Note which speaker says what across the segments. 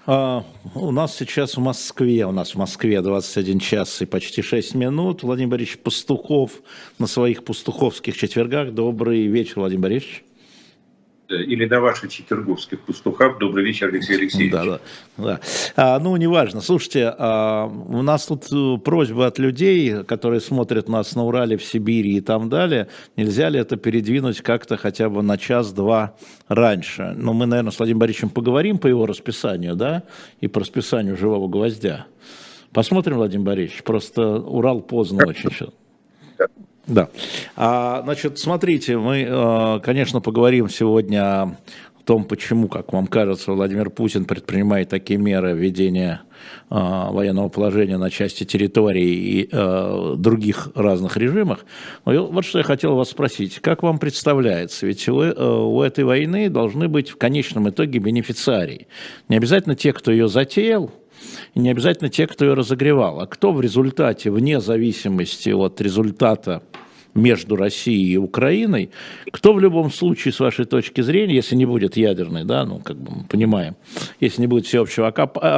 Speaker 1: У нас сейчас в Москве 21 час и почти 6 минут. Владимир Борисович Пастухов на своих пастуховских четвергах. Добрый вечер, Владимир Борисович.
Speaker 2: Или на ваших четверговских пастухах. Добрый вечер, Алексей Алексеевич.
Speaker 1: Да. Неважно. Слушайте, у нас тут просьба от людей, которые смотрят нас на Урале, в Сибири и там далее. Нельзя ли это передвинуть как-то хотя бы на час-два раньше? Но мы, наверное, с Владимиром Борисовичем поговорим по его расписанию, да, и по расписанию «Живого гвоздя». Посмотрим, Владимир Борисович. Просто Урал поздно очень сейчас. Да. Значит, смотрите, мы, конечно, поговорим сегодня о том, почему, как вам кажется, Владимир Путин предпринимает такие меры введения военного положения на части территорий и других разных режимах. Но вот что я хотел вас спросить. Как вам представляется? Ведь у этой войны должны быть в конечном итоге бенефициарии. Не обязательно те, кто ее затеял, и не обязательно те, кто ее разогревал. А кто в результате, вне зависимости от результата между Россией и Украиной, кто в любом случае, с вашей точки зрения, если не будет ядерной, да, ну, как бы мы понимаем, если не будет всеобщего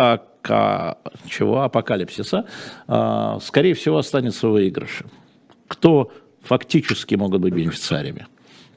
Speaker 1: апокалипсиса, скорее всего, останется в выигрыше. Кто фактически могут быть бенефициариями?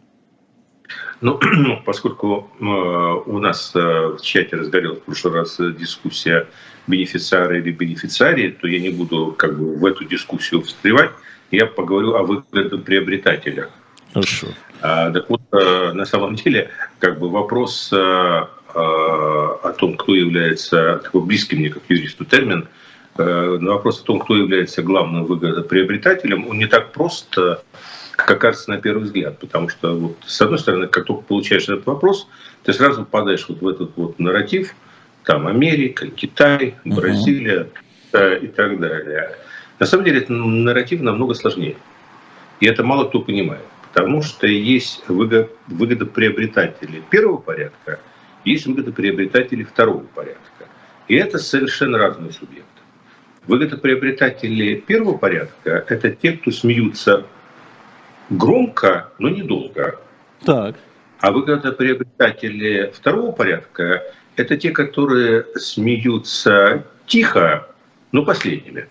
Speaker 2: Ну, поскольку у нас в чате разгорелась в прошлый раз дискуссия бенефициары или бенефициарии, то я не буду как бы в эту дискуссию встревать. Я поговорю о выгодоприобретателях.
Speaker 1: Хорошо.
Speaker 2: Так вот, на самом деле, как бы вопрос о том, кто является, такой близкий мне как юристу термин, на вопрос о том, кто является главным выгодоприобретателем, он не так прост, как кажется на первый взгляд. Потому что, вот, с одной стороны, как только получаешь этот вопрос, ты сразу попадаешь вот в этот вот нарратив, там Америка, Китай, Бразилия и так далее. На самом деле, это нарратив намного сложнее. И это мало кто понимает. Потому что есть выгодоприобретатели первого порядка, есть выгодоприобретатели второго порядка. И это совершенно разные субъекты. Выгодоприобретатели первого порядка – это те, кто смеются громко, но недолго.
Speaker 1: Так.
Speaker 2: А выгодоприобретатели второго порядка – это те, которые смеются тихо, но последними.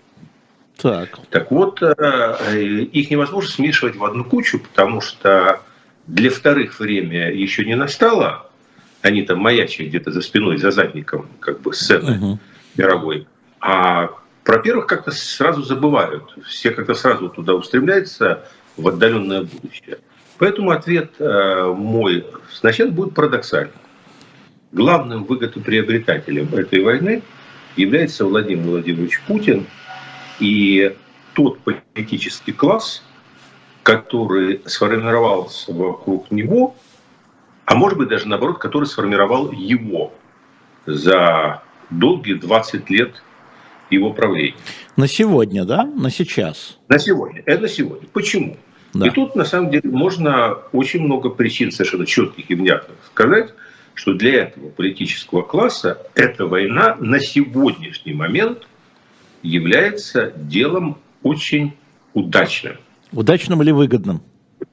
Speaker 2: Так вот, их невозможно смешивать в одну кучу, потому что для вторых время еще не настало. Они там маячат где-то за спиной, за задником как бы сцены мировой. А про первых как-то сразу забывают. Все как-то сразу туда устремляются, в отдаленное будущее. Поэтому ответ мой сначала будет парадоксальным. Главным выгодоприобретателем этой войны является Владимир Владимирович Путин и тот политический класс, который сформировался вокруг него, а может быть даже наоборот, который сформировал его за долгие 20 лет его правления.
Speaker 1: На сегодня, да? На сейчас?
Speaker 2: На сегодня. Это на сегодня. Почему? Да. И тут на самом деле можно очень много причин совершенно четких и внятных сказать, что для этого политического класса эта война на сегодняшний момент является делом очень удачным.
Speaker 1: Удачным или выгодным?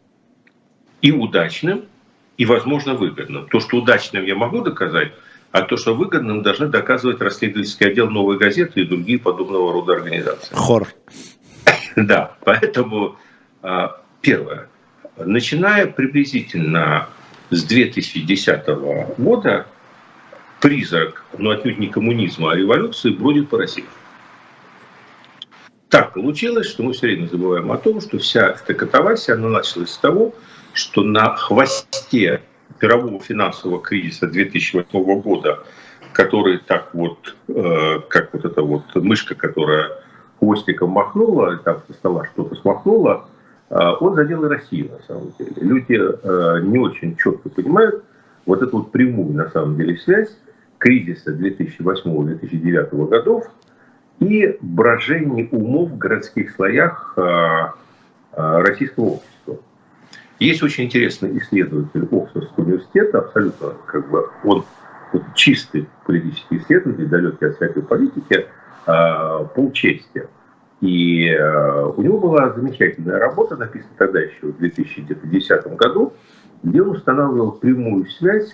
Speaker 2: И удачным, и, возможно, выгодным. То, что удачным, я могу доказать, а то, что выгодным, должны доказывать расследовательский отдел «Новой газеты» и другие подобного рода организации.
Speaker 1: Хор.
Speaker 2: Да, поэтому первое. Начиная приблизительно с 2010 года призрак, но отнюдь не коммунизма, а революции бродит по России. Так получилось, что мы все время забываем о том, что вся эта катавасия, она началась с того, что на хвосте мирового финансового кризиса 2008 года, который так вот, как вот эта вот мышка, которая хвостиком махнула, там со стола что-то смахнула, он задел и Россию, на самом деле. Люди не очень четко понимают вот эту вот прямую, на самом деле, связь кризиса 2008-2009 годов и брожение умов в городских слоях российского общества. Есть очень интересный исследователь Оксфордского университета, абсолютно как бы он чистый политический исследователь, далекий от всякой политики, Пол Чести. И у него была замечательная работа, написана тогда еще в 2010 году, где он устанавливал прямую связь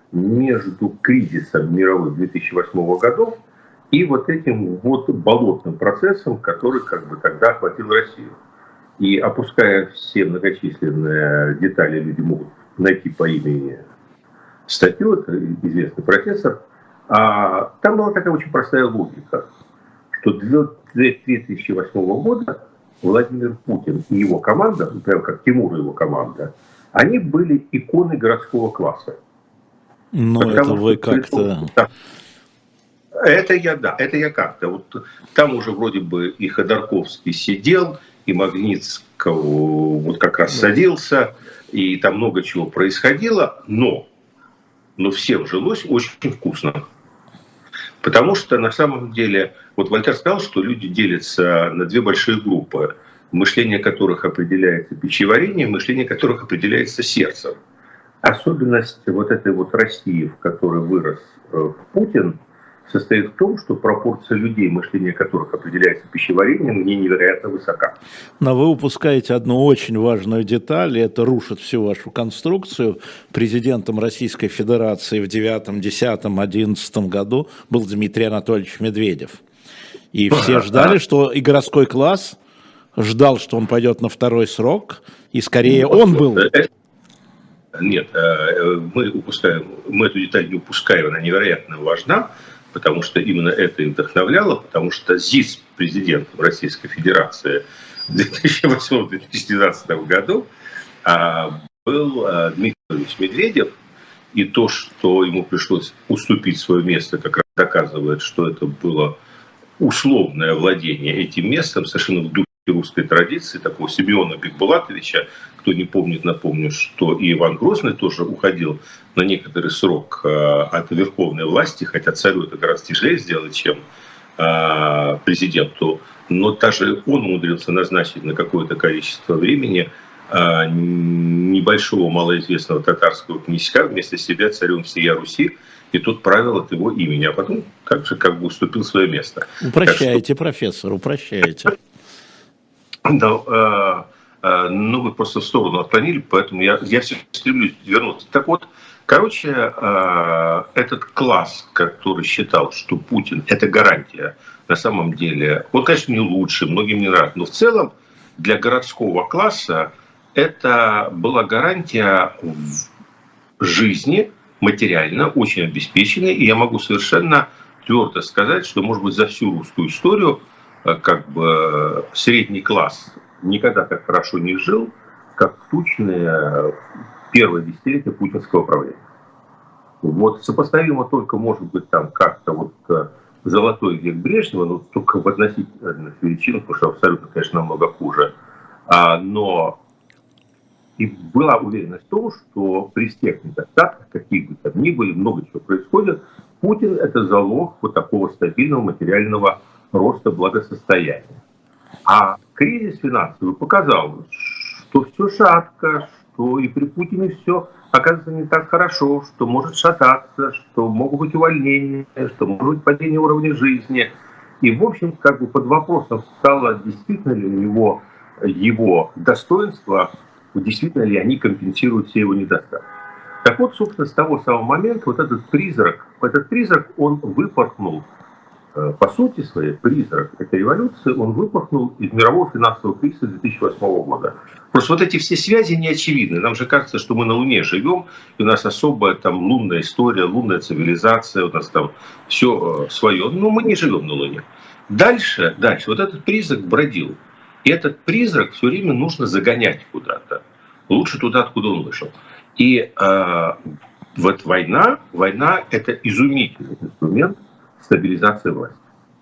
Speaker 2: между кризисом мировым 2008 года и вот этим вот болотным процессом, который как бы тогда охватил Россию. И опуская все многочисленные детали, люди могут найти по имени статью, это известный профессор. Там была такая очень простая логика, что до 2008 года Владимир Путин и его команда, например, как Тимур и его команда, они были иконой городского класса.
Speaker 1: Ну, это вы как-то...
Speaker 2: Это я как-то. Вот там уже вроде бы и Ходорковский сидел, и Магнитского вот как раз садился, и там много чего происходило, но всем жилось очень вкусно. Потому что на самом деле, вот Вольтер сказал, что люди делятся на две большие группы, мышление которых определяется пищеварением, мышление которых определяется сердцем. Особенность вот этой вот России, в которой вырос Путин, состоит в том, что пропорция людей, мышление которых определяется пищеварением, невероятно высока.
Speaker 1: Но вы упускаете одну очень важную деталь, и это рушит всю вашу конструкцию. Президентом Российской Федерации в 9, 10, 11 году был Дмитрий Анатольевич Медведев. И все ждали, что и городской класс ждал, что он пойдет на второй срок, и скорее он был...
Speaker 2: Нет, мы эту деталь не упускаем, она невероятно важна, потому что именно это и вдохновляло, потому что ЗИС президентом Российской Федерации в 2008-2012 году был Дмитрий Анатольевич Медведев, и то, что ему пришлось уступить свое место, как раз доказывает, что это было условное владение этим местом, совершенно в духе русской традиции, такого Симеона Бекбулатовича. Кто не помнит, напомню, что и Иван Грозный тоже уходил на некоторый срок от верховной власти, хотя царю это гораздо тяжелее сделать, чем президенту. Но даже он умудрился назначить на какое-то количество времени небольшого малоизвестного татарского князька вместо себя царем всея Руси, и тот правил от его имени, а потом как бы уступил свое место.
Speaker 1: Упрощаете, профессор, упрощаете.
Speaker 2: Да, вы просто в сторону отклонили, поэтому я все стремлюсь вернуться. Так вот, короче, этот класс, который считал, что Путин – это гарантия, на самом деле, он, конечно, не лучший, многим не нравится, но в целом для городского класса это была гарантия жизни, материально, очень обеспеченной, и я могу совершенно твердо сказать, что, может быть, за всю русскую историю как бы средний класс никогда так хорошо не жил, как в тучные первое десятилетие путинского правления. Вот сопоставимо только, может быть, там как-то вот золотой век Брежнева, но только в относительных величинах, потому что абсолютно, конечно, намного хуже. Но и была уверенность в том, что при всех недостатках, какие бы там ни были, много чего происходит, Путин – это залог вот такого стабильного материального роста благосостояния. А кризис финансовый показал, что все шатко, что и при Путине все оказывается не так хорошо, что может шататься, что могут быть увольнения, что может быть падение уровня жизни. И, в общем, как бы под вопросом стало, действительно ли у него его достоинства, действительно ли они компенсируют все его недостатки. Так вот, собственно, с того самого момента вот этот призрак, он выпорхнул, по сути своей, призрак этой революции, он выпорхнул из мирового финансового кризиса 2008 года. Просто вот эти все связи не очевидны. Нам же кажется, что мы на Луне живем, и у нас особая там лунная история, лунная цивилизация, у нас там все свое. Но мы не живем на Луне. Дальше, вот этот призрак бродил. И этот призрак все время нужно загонять куда-то. Лучше туда, откуда он вышел. И вот война – это изумительный инструмент стабилизации власти.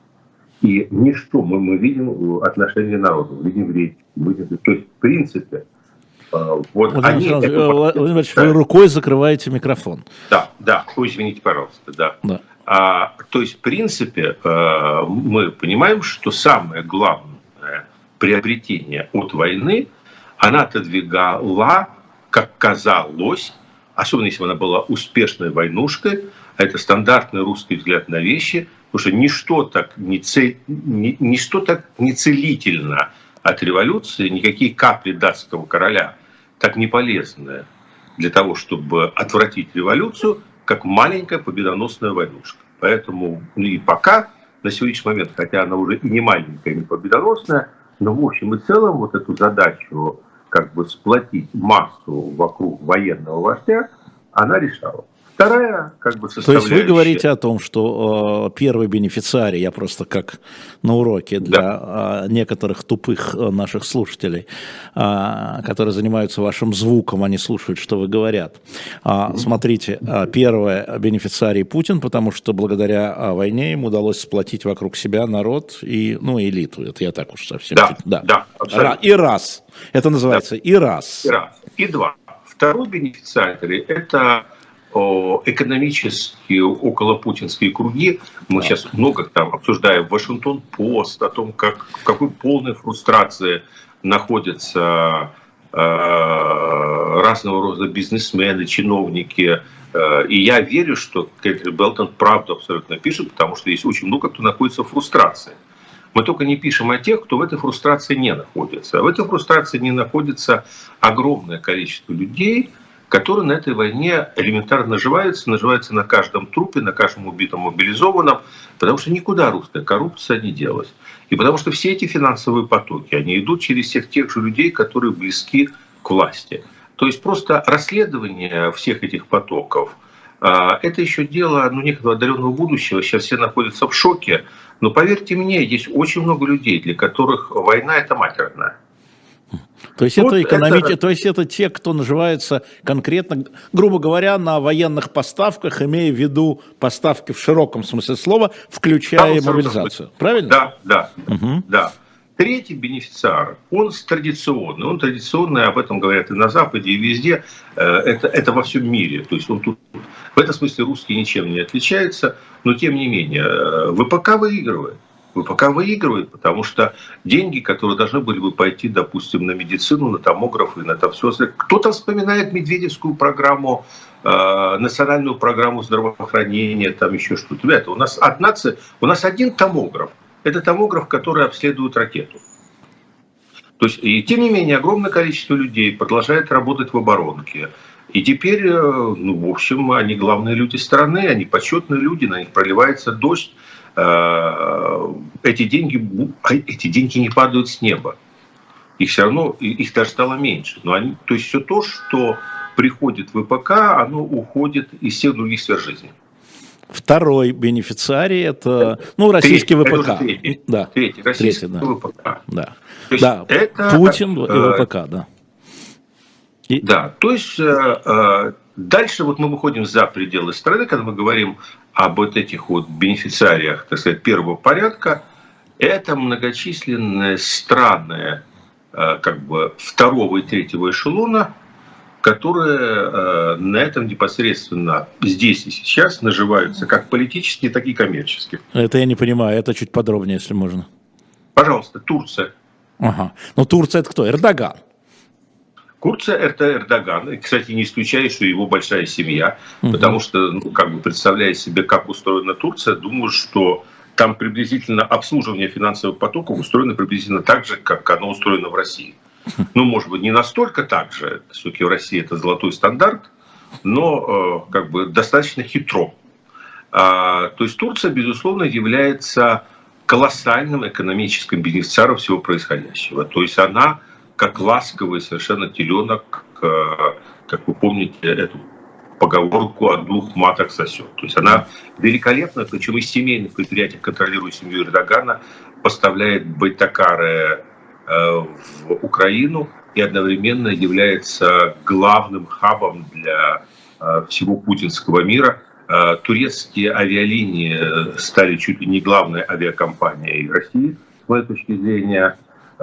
Speaker 2: И ничто, мы видим отношение народа, мы видим речь, то есть в принципе, вот
Speaker 1: Владимир Ильич, вы рукой закрываете микрофон.
Speaker 2: Да, извините, пожалуйста, да. То есть в принципе мы понимаем, что самое главное приобретение от войны, она отодвигала, как казалось, особенно если она была успешной войнушкой, это стандартный русский взгляд на вещи, потому что ничто так не целительно от революции, никакие капли датского короля так не полезны для того, чтобы отвратить революцию, как маленькая победоносная войнушка. Поэтому и пока, на сегодняшний момент, хотя она уже и не маленькая, и не победоносная, но в общем и целом вот эту задачу как бы сплотить массу вокруг военного вождя, она решала. Вторая, как бы, составляющая...
Speaker 1: То есть вы говорите о том, что первый бенефициарий, я просто как на уроке для некоторых тупых наших слушателей, которые занимаются вашим звуком, они слушают, что вы говорят. Смотрите, первый бенефициарий Путин, потому что благодаря войне ему удалось сплотить вокруг себя народ и, ну, элиту. Это я так уж совсем...
Speaker 2: Да, абсолютно.
Speaker 1: И раз. Это называется и раз.
Speaker 2: И раз. И два. Второй бенефициарий – это... экономические околопутинские круги. Мы сейчас много там обсуждаем Вашингтон-Пост, о том, в какой полной фрустрации находятся разного рода бизнесмены, чиновники. И я верю, что Кэтрин Белтон правду абсолютно пишет, потому что есть очень много кто находится в фрустрации. Мы только не пишем о тех, кто в этой фрустрации не находится. А в этой фрустрации не находится огромное количество людей, которые на этой войне элементарно наживаются на каждом трупе, на каждом убитом мобилизованном, потому что никуда русская коррупция не делась. И потому что все эти финансовые потоки, они идут через всех тех же людей, которые близки к власти. То есть просто расследование всех этих потоков, это еще дело некого отдаленного будущего. Сейчас все находятся в шоке. Но поверьте мне, есть очень много людей, для которых война – это мать родная.
Speaker 1: То есть, вот то есть это те, кто наживается конкретно, грубо говоря, на военных поставках, имея в виду поставки в широком смысле слова, включая мобилизацию. Правильно?
Speaker 2: Да. Третий бенефициар, он традиционный, об этом говорят и на Западе, и везде, это во всем мире. То есть он тут, в этом смысле русский ничем не отличается, но тем не менее ВПК выигрывает. ВПК выигрывает, потому что деньги, которые должны были бы пойти, допустим, на медицину, на томографы, на это все. Кто-то вспоминает Медведевскую программу, национальную программу здравоохранения, там еще что-то. Ребята, у нас один томограф. Это томограф, который обследует ракету. То есть, и тем не менее, огромное количество людей продолжает работать в оборонке. И теперь, в общем, они главные люди страны, они почетные люди, на них проливается дождь. Эти деньги не падают с неба. Их все равно, их даже стало меньше. То есть все то, что приходит в ВПК, оно уходит из всех других сфер жизни.
Speaker 1: Второй бенефициарий – это российский ВПК.
Speaker 2: Третий, российский ВПК.
Speaker 1: Да. Это Путин и ВПК, да.
Speaker 2: Да, то есть дальше вот мы выходим за пределы страны, когда мы говорим об вот этих вот бенефициариях, так сказать, первого порядка. Это многочисленные страны как бы второго и третьего эшелона, которые на этом непосредственно здесь и сейчас наживаются как политически, так и коммерчески.
Speaker 1: Это я не понимаю, это чуть подробнее, если можно.
Speaker 2: Пожалуйста, Турция.
Speaker 1: Ага. Но Турция это кто? Эрдоган.
Speaker 2: Турция – это Эрдоган. И, кстати, не исключаю, что его большая семья, потому что, представляя себе, как устроена Турция, думаю, что там приблизительно обслуживание финансовых потоков устроено приблизительно так же, как оно устроено в России. Может быть, не настолько так же, все-таки в России это золотой стандарт, но достаточно хитро. То есть Турция, безусловно, является колоссальным экономическим бенефициаром всего происходящего. То есть она как ласковый совершенно теленок, как вы помните, эту поговорку «от двух маток сосет». То есть она великолепно, причем из семейных предприятий, контролируя семью Эрдогана, поставляет байтакары в Украину и одновременно является главным хабом для всего путинского мира. Турецкие авиалинии стали чуть ли не главной авиакомпанией России, с моей точки зрения.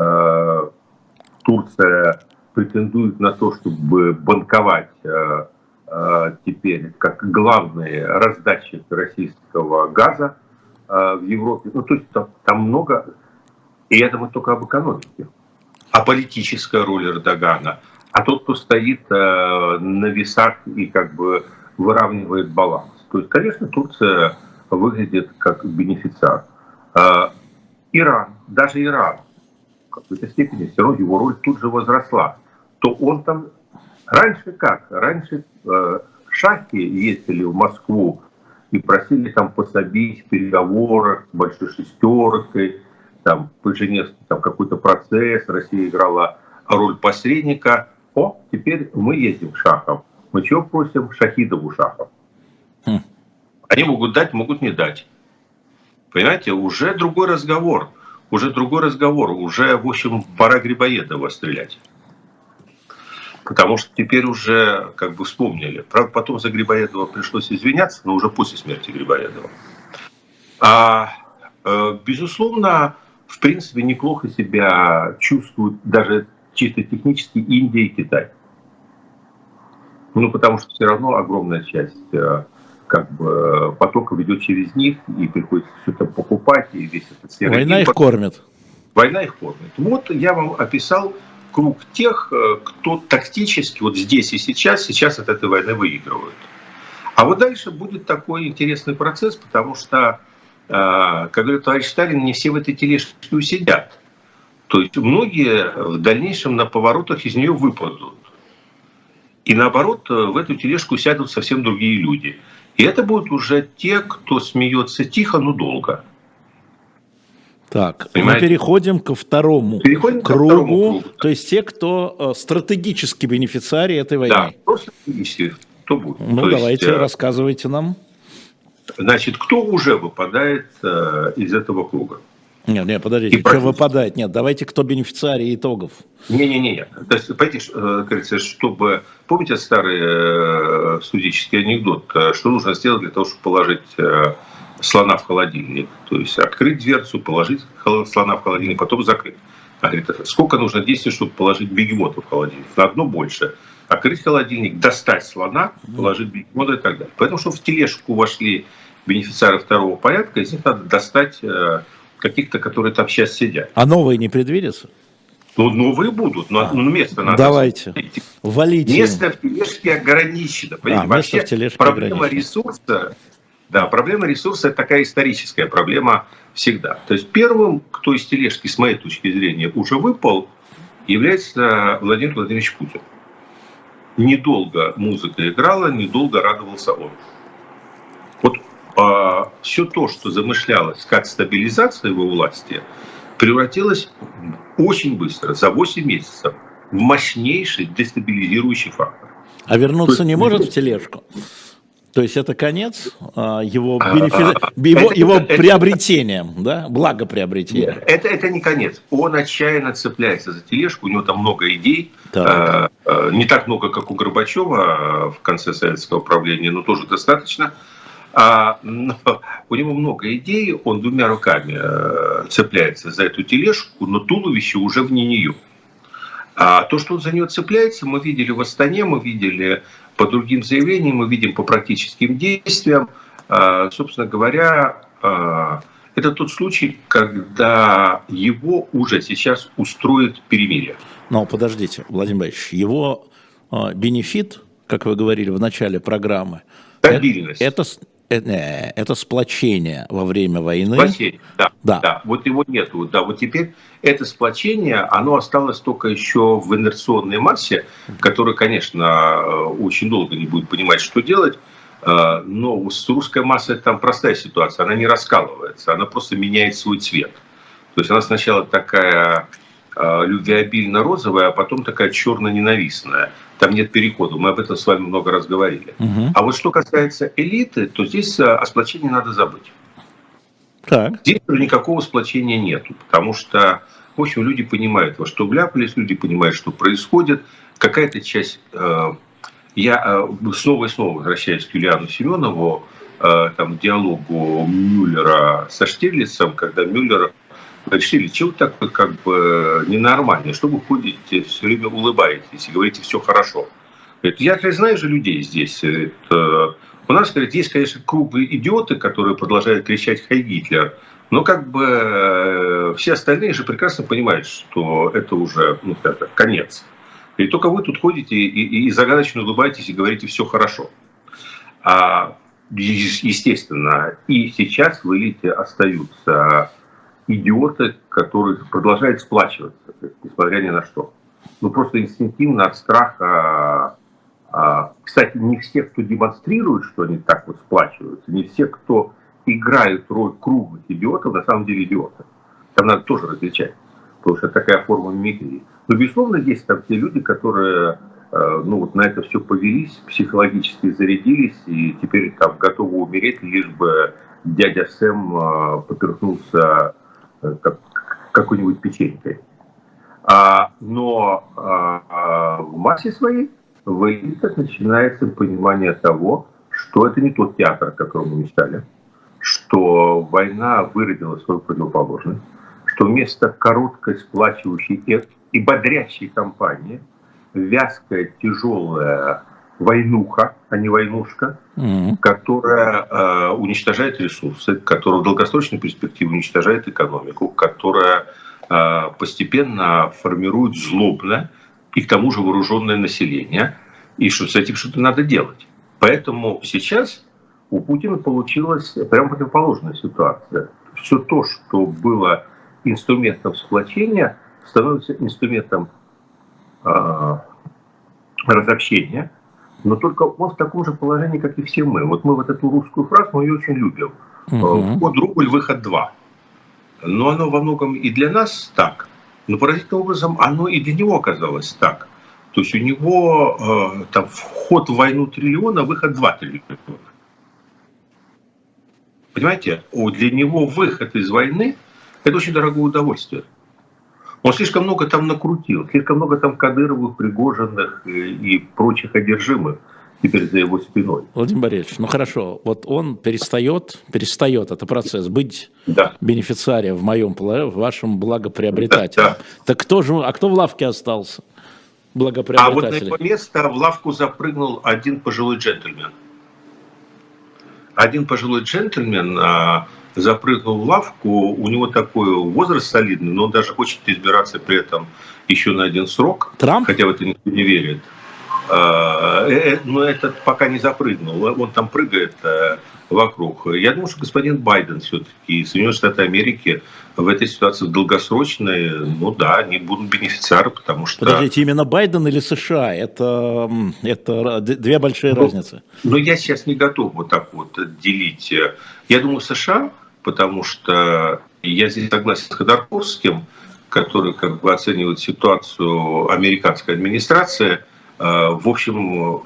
Speaker 2: Турция претендует на то, чтобы банковать теперь как главный раздатчик российского газа в Европе. То есть там много, и это мы только об экономике. А политическая роль Эрдогана, а тот, кто стоит на весах и выравнивает баланс. То есть, конечно, Турция выглядит как бенефициар. Иран, даже Иран, в какой-то степени все равно его роль тут же возросла. То он там раньше шахи ездили в Москву и просили там пособить в переговорах с большой шестеркой, там по Женевске там какой-то процесс, Россия играла роль посредника. О, теперь мы ездим к шахам. Мы чего просим? Шахидову шахов. Они могут дать, могут не дать. Понимаете, уже другой разговор. Уже, в общем, пора Грибоедова стрелять. Потому что теперь уже как бы вспомнили. Правда, потом за Грибоедова пришлось извиняться, но уже после смерти Грибоедова. Безусловно, в принципе, неплохо себя чувствуют даже чисто технически Индия и Китай. Ну, потому что все равно огромная часть как бы потока ведет через них, и приходится все это покупать, и весь этот серый
Speaker 1: Война
Speaker 2: импорт.
Speaker 1: Их кормит.
Speaker 2: Война их кормит. Вот я вам описал круг тех, кто тактически вот здесь и сейчас от этой войны выигрывают. А вот дальше будет такой интересный процесс, потому что, как говорит товарищ Сталин, не все в этой тележке усидят. То есть многие в дальнейшем на поворотах из нее выпадут. И наоборот, в эту тележку сядут совсем другие люди. И это будут уже те, кто смеется тихо, но долго.
Speaker 1: Так, понимаете? Мы переходим ко второму кругу, то есть те, кто стратегический бенефициарий этой войны.
Speaker 2: Да, просто кто будет.
Speaker 1: Ну, то давайте, рассказывайте нам.
Speaker 2: Значит, кто уже выпадает из этого круга?
Speaker 1: Нет, подождите, кто выпадает? Нет, давайте, кто бенефициарий итогов.
Speaker 2: Не. То есть, понимаете, кажется, чтобы... Помните старый студенческий анекдот, что нужно сделать для того, чтобы положить слона в холодильник? То есть открыть дверцу, положить слона в холодильник, потом закрыть. А говорит, сколько нужно действий, чтобы положить бегемота в холодильник? На одно больше. Открыть холодильник, достать слона, положить бегемота и так далее. Поэтому, что в тележку вошли бенефициары второго порядка, из них надо достать каких-то, которые там сейчас сидят.
Speaker 1: А новые не предвидятся?
Speaker 2: Ну, новые будут, но место надо...
Speaker 1: Давайте, валите.
Speaker 2: Место в тележке ограничено. Вообще проблема ресурса... Да, проблема ресурса – это такая историческая проблема всегда. То есть первым, кто из тележки, с моей точки зрения, уже выпал, является Владимир Владимирович Путин. Недолго музыка играла, недолго радовался он. Вот все то, что замышлялось как стабилизация его власти, превратилось очень быстро, за 8 месяцев, в мощнейший дестабилизирующий фактор.
Speaker 1: А вернуться не может в тележку? То есть это конец его приобретением, да? Благоприобретением.
Speaker 2: Это не конец. Он отчаянно цепляется за тележку, у него там много идей. Не так много, как у Горбачева в конце советского правления, но тоже достаточно. Но у него много идей, он двумя руками цепляется за эту тележку, но туловище уже вне нее. А то, что он за нее цепляется, мы видели в Астане, мы видели по другим заявлениям, мы видим по практическим действиям. Собственно говоря, это тот случай, когда его уже сейчас устроит перемирие.
Speaker 1: Но подождите, Владимир Борисович, его бенефит, как вы говорили в начале программы,
Speaker 2: стабильность.
Speaker 1: Это сплочение во время войны.
Speaker 2: Сплочение, да. Вот его нету. Да, вот теперь это сплочение, оно осталось только еще в инерционной массе, которая, конечно, очень долго не будет понимать, что делать. Но с русской массой там простая ситуация. Она не раскалывается, она просто меняет свой цвет. То есть она сначала такая любвеобильно-розовая, а потом такая черно-ненавистная. Там нет перехода, мы об этом с вами много раз говорили. А вот что касается элиты, то здесь о сплочении надо забыть.
Speaker 1: Так.
Speaker 2: Здесь уже никакого сплочения нету, потому что, в общем, люди понимают, во что вляпались, люди понимают, что происходит. Какая-то часть... Я снова и снова возвращаюсь к Юлиану Семенову, там, к диалогу Мюллера со Штирлицем, когда Мюллер говорит: Штирлиц, чего вы такой как бы ненормальный, что вы ходите, все время улыбаетесь и говорите все хорошо. Говорит, я знаю же людей здесь. У нас, говорит, есть, конечно, круглые идиоты, которые продолжают кричать «Хай Гитлер», но как бы все остальные же прекрасно понимают, что это уже конец. И только вы тут ходите и загадочно улыбаетесь и говорите «все хорошо». Естественно, и сейчас в элите остаются идиоты, которые продолжают сплачиваться, несмотря ни на что. Ну, просто инстинктивно от страха Кстати, не все, кто демонстрирует, что они так вот сплачиваются, не все, кто играют роль круглых идиотов, на самом деле идиоты. Там надо тоже различать, потому что это такая форма мимикрии. Но, безусловно, есть там те люди, которые на это все повелись, психологически зарядились и теперь там готовы умереть, лишь бы дядя Сэм поперхнулся какой-нибудь печенькой. Но в массе своей в элитах начинается понимание того, что это не тот театр, о котором мы мечтали, что война выродила свою противоположность, что вместо короткой, сплачивающей и бодрящей кампании вязкая, тяжелая войнуха, а не войнушка, которая уничтожает ресурсы, которая в долгосрочной перспективе уничтожает экономику, которая постепенно формирует злобное и к тому же вооруженное население, и что с этим что-то надо делать. Поэтому сейчас у Путина получилась прямо противоположная ситуация. Все то, что было инструментом сплочения, становится инструментом разобщения, но только он в таком же положении, как и все мы. Вот мы вот эту русскую фразу, мы ее очень любим. Вход рубль, выход 2. Но оно во многом и для нас так, но поразительным образом оно и для него оказалось так. То есть у него там вход в войну триллиона, выход 2 триллиона. Понимаете, для него выход из войны – это очень дорогое удовольствие. Он слишком много там накрутил, слишком много там Кадыровых, Пригожиных и прочих одержимых теперь за его спиной.
Speaker 1: Владимир Борисович, ну хорошо, вот он перестает, это процесс, быть бенефициарием в вашем благоприобретателе. Да. Так кто в лавке остался?
Speaker 2: А вот на его место в лавку запрыгнул один пожилой джентльмен. Запрыгнул в лавку, у него такой возраст солидный, но он даже хочет избираться при этом еще на один срок.
Speaker 1: Трамп?
Speaker 2: Хотя в это никто не верит. Но этот пока не запрыгнул, он там прыгает вокруг. Я думаю, что господин Байден все-таки, Соединенные Штаты Америки в этой ситуации долгосрочной, они будут бенефициары, потому что...
Speaker 1: Подождите, именно Байден или США? Это две большие разницы.
Speaker 2: Но я сейчас не готов вот так вот делить. Я думаю, США, потому что я здесь согласен с Ходорковским, который как бы оценивает ситуацию американской администрации. В общем,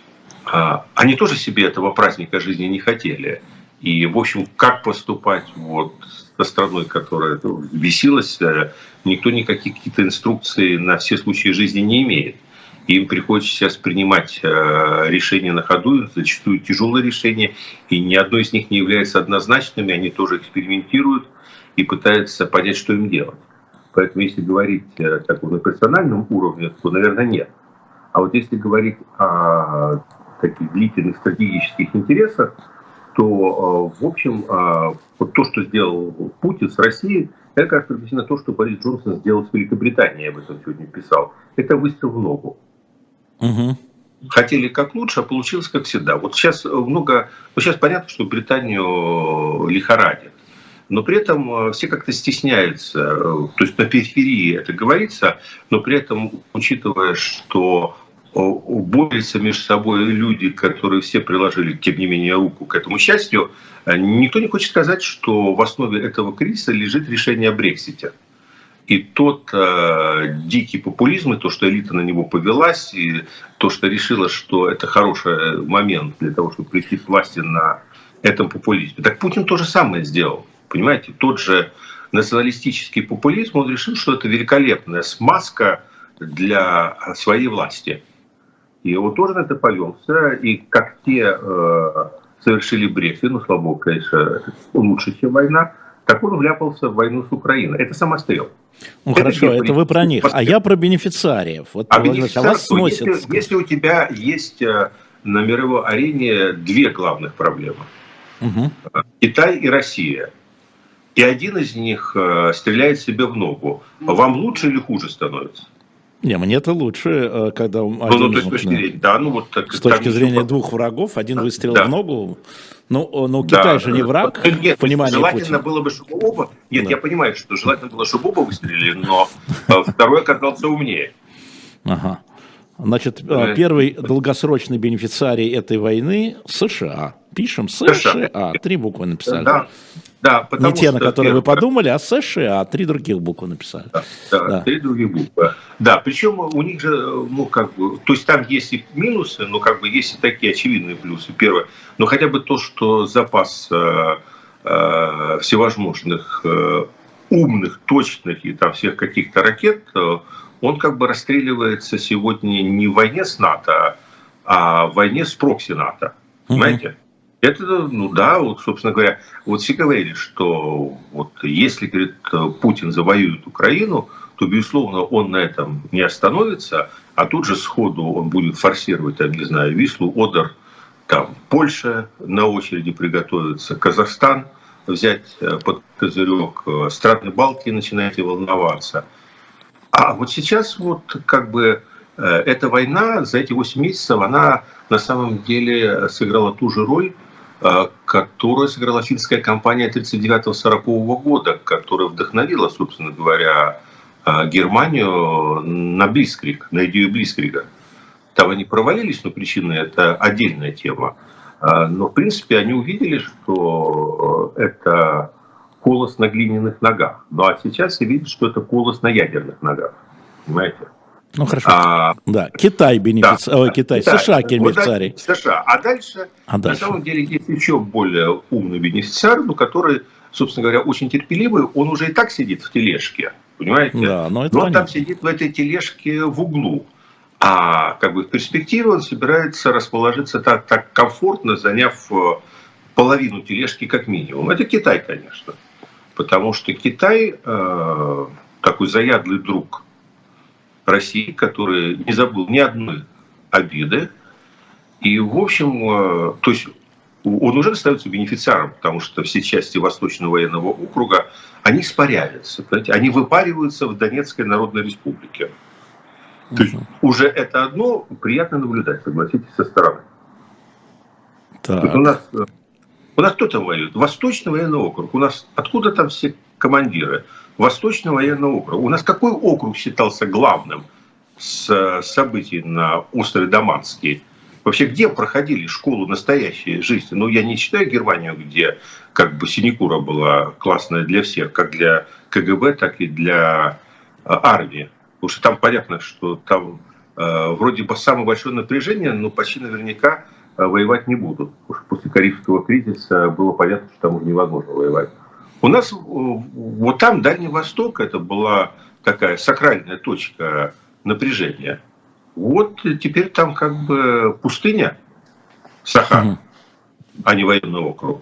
Speaker 2: они тоже себе этого праздника жизни не хотели. И, в общем, как поступать со страной, которая бесилась, никто никаких каких-то инструкций на все случаи жизни не имеет. Им приходится сейчас принимать решения на ходу, зачастую тяжелые решения, и ни одно из них не является однозначными, они тоже экспериментируют и пытаются понять, что им делать. Поэтому, если говорить на персональном уровне, то, наверное, нет. А вот если говорить о таких длительных стратегических интересах, то, в общем, вот то, что сделал Путин с Россией, это, кажется, приблизительно то, что Борис Джонсон сделал с Великобританией, я об этом сегодня писал. Это выстрел в ногу. Хотели как лучше, а получилось как всегда. Вот сейчас сейчас понятно, что Британию лихорадит. Но при этом все как-то стесняются, то есть на периферии это говорится, но при этом, учитывая, что борются между собой люди, которые все приложили, тем не менее, руку к этому счастью, никто не хочет сказать, что в основе этого кризиса лежит решение о Брексите. И тот дикий популизм, и то, что элита на него повелась, и то, что решила, что это хороший момент для того, чтобы прийти к власти на этом популизме. Так Путин то же самое сделал. Понимаете, тот же националистический популизм, он решил, что это великолепная смазка для своей власти. И он тоже на это повелся, и как те совершили Брексит, слава богу, конечно, лучше, чем война, так он вляпался в войну с Украиной. Это самострел.
Speaker 1: Хорошо, это вы про них. А я про бенефициариев. Вот, вас сносят.
Speaker 2: Если у тебя есть на мировой арене две главных проблемы. Китай и Россия. И один из них стреляет себе в ногу. Вам лучше или хуже становится?
Speaker 1: Не, мне-то лучше, когда
Speaker 2: с
Speaker 1: точки зрения двух врагов, один выстрел в ногу. Ну, Китай же не враг, в понимании
Speaker 2: желательно было бы, чтобы оба... Нет, я понимаю, что желательно было, чтобы оба выстрелили, но второй оказался умнее.
Speaker 1: Ага. Значит, первый долгосрочный бенефициарий этой войны – США. Пишем США. 3 буквы написали.
Speaker 2: Да,
Speaker 1: не те, на которые вы подумали, а США. 3 других буквы написали.
Speaker 2: Да, 3 других буквы. Да, причем у них же, ну, как бы, то есть там есть и минусы, но как бы есть и такие очевидные плюсы. Первое, но хотя бы то, что запас всевозможных умных, точных и там всех каких-то ракет, он как бы расстреливается сегодня не в войне с НАТО, а в войне с прокси НАТО. Понимаете? Это, ну да, вот, собственно говоря, вот все говорили, что вот если, говорит, Путин завоюет Украину, то, безусловно, он на этом не остановится, а тут же сходу он будет форсировать, там, не знаю, Вислу, Одер, там, Польша на очереди приготовится, Казахстан взять под козырек, страны Балтии начинаете волноваться. А вот сейчас вот как бы эта война за эти 8 месяцев, она на самом деле сыграла ту же роль, которую сыграла финская кампания 1939-1940 года, которая вдохновила, собственно говоря, Германию на Блицкриг, на идею Блицкрига. Там они провалились, но причины это отдельная тема. Но, в принципе, они увидели, что это колос на глиняных ногах. Ну а сейчас и видят, что это колос на ядерных ногах. Понимаете?
Speaker 1: Ну хорошо. Да, Китай бенефициарий, Китай, США бенефициарий.
Speaker 2: Вот США. А дальше, на самом деле, есть еще более умный бенефициар, ну, который, собственно говоря, очень терпеливый. Он уже и так сидит в тележке, понимаете?
Speaker 1: Да, но
Speaker 2: он там сидит в этой тележке в углу. А как бы в перспективе он собирается расположиться так комфортно, заняв половину тележки как минимум. Это Китай, конечно. Потому что Китай такой заядлый друг России, который не забыл ни одной обиды. И, в общем, то есть он уже остается бенефициаром, потому что все части Восточного военного округа, они испаряются, понимаете? Они выпариваются в Донецкой Народной Республике. То есть уже это одно приятно наблюдать, согласитесь, со стороны. У нас кто там воюет? Восточный военный округ. У нас откуда там все командиры? Восточный военный округ. У нас какой округ считался главным с событий на острове Даманский? Вообще, где проходили школу настоящей жизни? Ну, я не читаю Германию, где как бы синекура была классная для всех, как для КГБ, так и для армии. Потому что там понятно, что там вроде бы самое большое напряжение, но почти наверняка воевать не будут. Потому что после Карибского кризиса было понятно, что там уже невозможно воевать. У нас вот там Дальний Восток, это была такая сакральная точка напряжения. Вот теперь там как бы пустыня, Сахара, а не военный округ.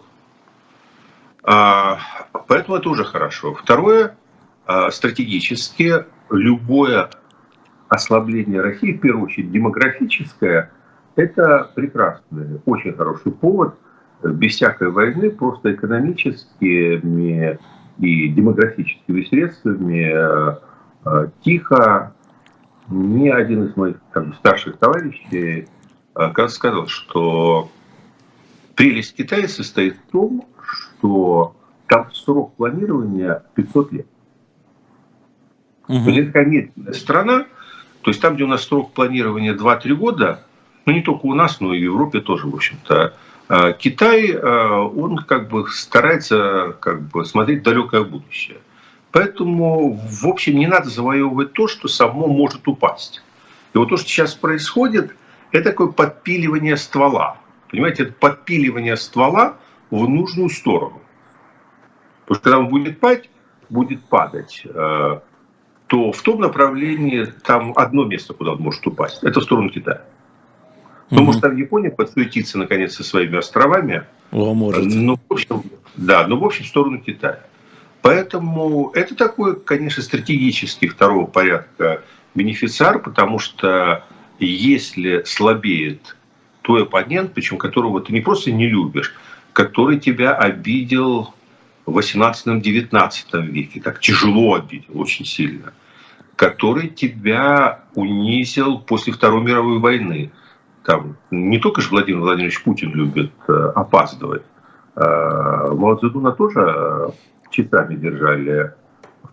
Speaker 2: Поэтому это уже хорошо. Второе, стратегически любое ослабление России, в первую очередь демографическое, это прекрасный, очень хороший повод без всякой войны, просто экономическими и демографическими средствами тихо. Ни один из моих старших товарищей сказал, что прелесть Китая состоит в том, что там срок планирования 500 лет. Это такая медленная страна, то есть там, где у нас срок планирования 2-3 года, ну не только у нас, но и в Европе тоже, в общем-то, Китай, он как бы старается как бы смотреть в далекое будущее. Поэтому, в общем, не надо завоевывать то, что само может упасть. И вот то, что сейчас происходит, это такое подпиливание ствола. Понимаете, это подпиливание ствола в нужную сторону. Потому что когда он будет падать, то в том направлении там одно место, куда он может упасть. Это в сторону Китая. Ну, может, там Япония подсуетится, наконец, со своими островами.
Speaker 1: Может.
Speaker 2: Ну, в общем, да, но в общем в сторону Китая. Поэтому это такой, конечно, стратегический второго порядка бенефициар, потому что если слабеет твой оппонент, причем которого ты не просто не любишь, который тебя обидел в 18-19 веке, так тяжело обидел, очень сильно, который тебя унизил после Второй мировой войны. Там не только же Владимир Владимирович Путин любит опаздывать. Мао Цзэдуна тоже часами держали в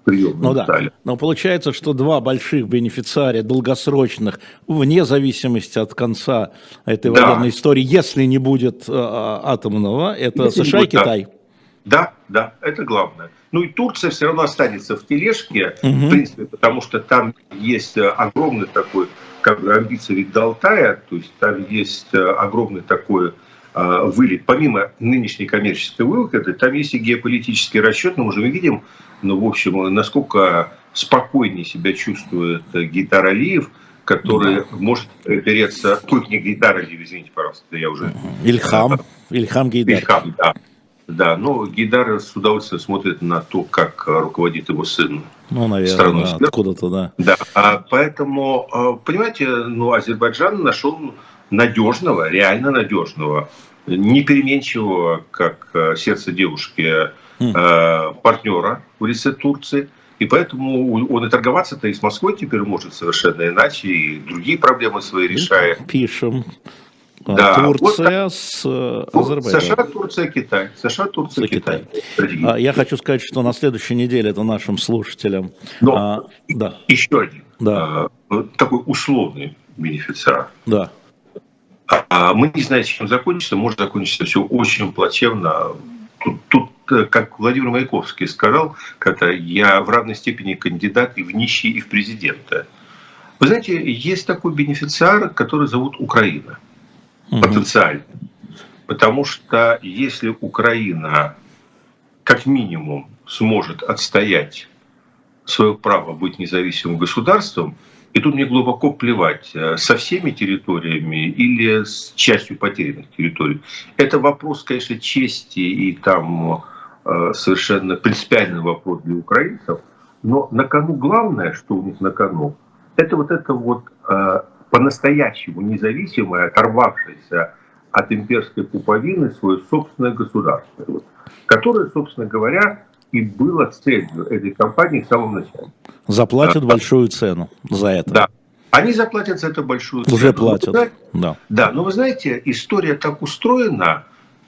Speaker 1: приемном зале. Но получается, что два больших бенефициария долгосрочных, вне зависимости от конца этой военной истории, если не будет атомного, это если США и Китай.
Speaker 2: Да, это главное. Ну и Турция все равно останется в тележке, в принципе, потому что там есть огромный такой, как бы, амбиции Вида Алтая, то есть там есть огромный такой вылет. Помимо нынешней коммерческой выводы, там есть и геополитический расчет, но мы уже видим, в общем, насколько спокойнее себя чувствует Гейдар Алиев, который может опереться, только не Гейдар Алиев, извините, пожалуйста, я уже...
Speaker 1: Ильхам Гейдар.
Speaker 2: Ильхам, да, но Гейдар с удовольствием смотрит на то, как руководит его сын.
Speaker 1: Ну, наверное, откуда-то, да.
Speaker 2: Да, поэтому, понимаете, Азербайджан нашел надежного, реально надежного, непеременчивого, как сердце девушки, партнера в лице Турции. И поэтому он и торговаться-то и с Москвой теперь может совершенно иначе, и другие проблемы свои решает.
Speaker 1: Пишем. Да, Турция вот, с Азербайджаном.
Speaker 2: США, Турция, Китай. США, Турция, Китай.
Speaker 1: Я хочу сказать, что на следующей неделе это нашим слушателям.
Speaker 2: Но еще один такой условный бенефициар.
Speaker 1: Да.
Speaker 2: Мы не знаем, чем закончится. Может закончиться все очень плачевно. Тут, как Владимир Маяковский сказал, когда я в равной степени кандидат и в нищие, и в президенты. Вы знаете, есть такой бенефициар, который зовут Украина. Потенциально. Потому что если Украина как минимум сможет отстоять свое право быть независимым государством, и тут мне глубоко плевать, со всеми территориями или с частью потерянных территорий, это вопрос, конечно, чести и там совершенно принципиальный вопрос для украинцев, но на кону главное, что у них на кону, это вот по-настоящему независимое, оторвавшееся от имперской пуповины свое собственное государство, которое, собственно говоря, и было целью этой кампании в самом начале.
Speaker 1: Заплатят большую цену за это.
Speaker 2: Да, они заплатят за это большую цену.
Speaker 1: Уже платят.
Speaker 2: Да, но вы знаете, история так устроена,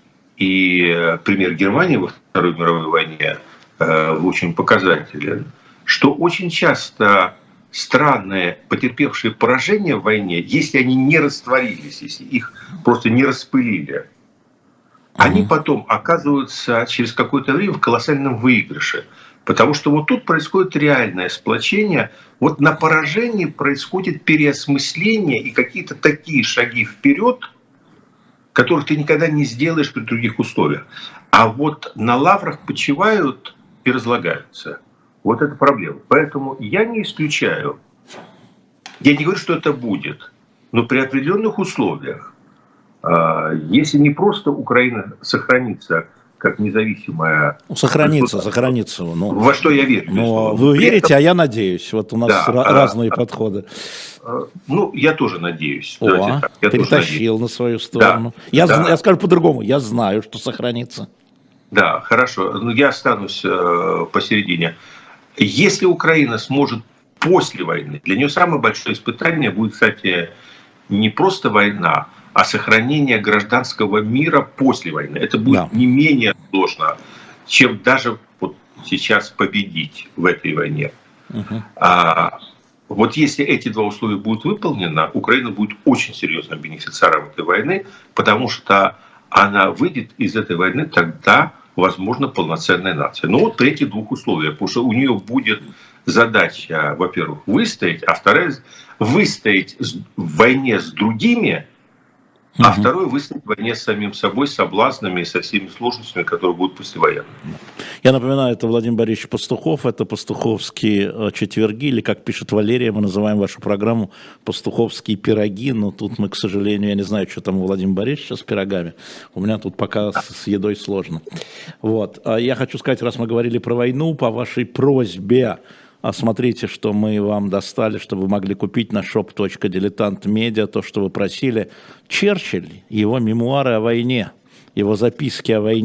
Speaker 2: и пример Германии во Второй мировой войне очень показателен, что очень часто страны, потерпевшие поражение в войне, если они не растворились, если их просто не распылили, они потом оказываются через какое-то время в колоссальном выигрыше. Потому что вот тут происходит реальное сплочение. Вот на поражении происходит переосмысление и какие-то такие шаги вперед, которых ты никогда не сделаешь при других условиях. А вот на лаврах почивают и разлагаются. Вот это проблема. Поэтому я не исключаю, я не говорю, что это будет, но при определенных условиях, если не просто Украина сохранится как независимая...
Speaker 1: Сохранится.
Speaker 2: Во что я верю.
Speaker 1: Но вы верите, а я надеюсь. Вот у нас разные подходы.
Speaker 2: Я тоже надеюсь.
Speaker 1: Перетащил на свою сторону. Я скажу по-другому. Я знаю, что сохранится.
Speaker 2: Да, хорошо. Я останусь посередине. Если Украина сможет после войны, для нее самое большое испытание будет, кстати, не просто война, а сохранение гражданского мира после войны. Это будет не менее сложно, чем даже вот сейчас победить в этой войне. Вот если эти два условия будут выполнены, Украина будет очень серьезным бенефициаром этой войны, потому что она выйдет из этой войны тогда, возможно, полноценная нация. Но вот при этих двух условиях, потому что у нее будет задача, во-первых, выстоять, а вторая — выстоять в войне с другими, а второе — выстоять в войне с самим собой, с соблазнами и со всеми сложностями, которые будут послевоенными.
Speaker 1: Я напоминаю, это Владимир Борисович Пастухов, это пастуховские четверги, или, как пишет Валерия, мы называем вашу программу пастуховские пироги, но тут мы, к сожалению, я не знаю, что там у Владимира Борисовича с пирогами, у меня тут пока с едой сложно. Вот. Я хочу сказать, раз мы говорили про войну, по вашей просьбе, смотрите, что мы вам достали, чтобы вы могли купить на shop.diletant.media, то, что вы просили. Черчилль, его мемуары о войне, его записки о войне.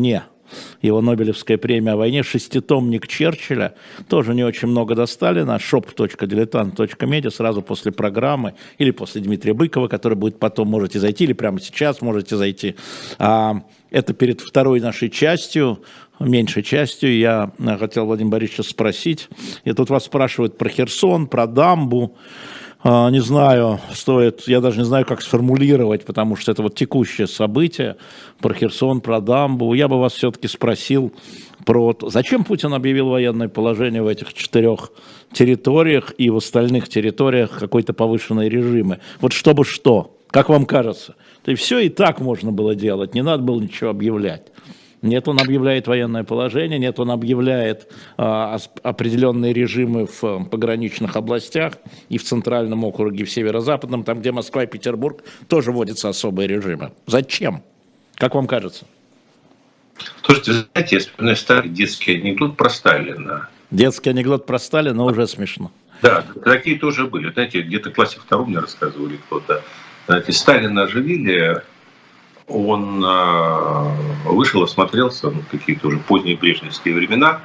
Speaker 1: его Нобелевская премия о войне, шеститомник Черчилля, тоже не очень много до Сталина, shop.diletant.media, сразу после программы, или после Дмитрия Быкова, который будет потом, можете зайти, или прямо сейчас можете зайти. Это перед второй нашей частью, меньшей частью, я хотел Владимира Борисовича спросить, и тут вас спрашивают про Херсон, про дамбу. Не знаю, я даже не знаю, как сформулировать, потому что это вот текущее событие про Херсон, про дамбу. Я бы вас все-таки спросил зачем Путин объявил военное положение в этих 4 территориях и в остальных территориях какой-то повышенной режимы. Вот чтобы что, как вам кажется? И все и так можно было делать, не надо было ничего объявлять. Нет, он объявляет военное положение, нет, он объявляет определенные режимы в пограничных областях и в Центральном округе, и в Северо-Западном, там, где Москва и Петербург, тоже вводятся особые режимы. Зачем? Как вам кажется?
Speaker 2: Слушайте, вы знаете, я вспоминаю старый детский анекдот про Сталина.
Speaker 1: Детский анекдот про Сталина уже смешно.
Speaker 2: Да, такие тоже были. Знаете, где-то в классе 2 мне рассказывали кто-то. Знаете, Сталина оживили. Он вышел, осмотрелся, какие-то уже поздние брежневские времена,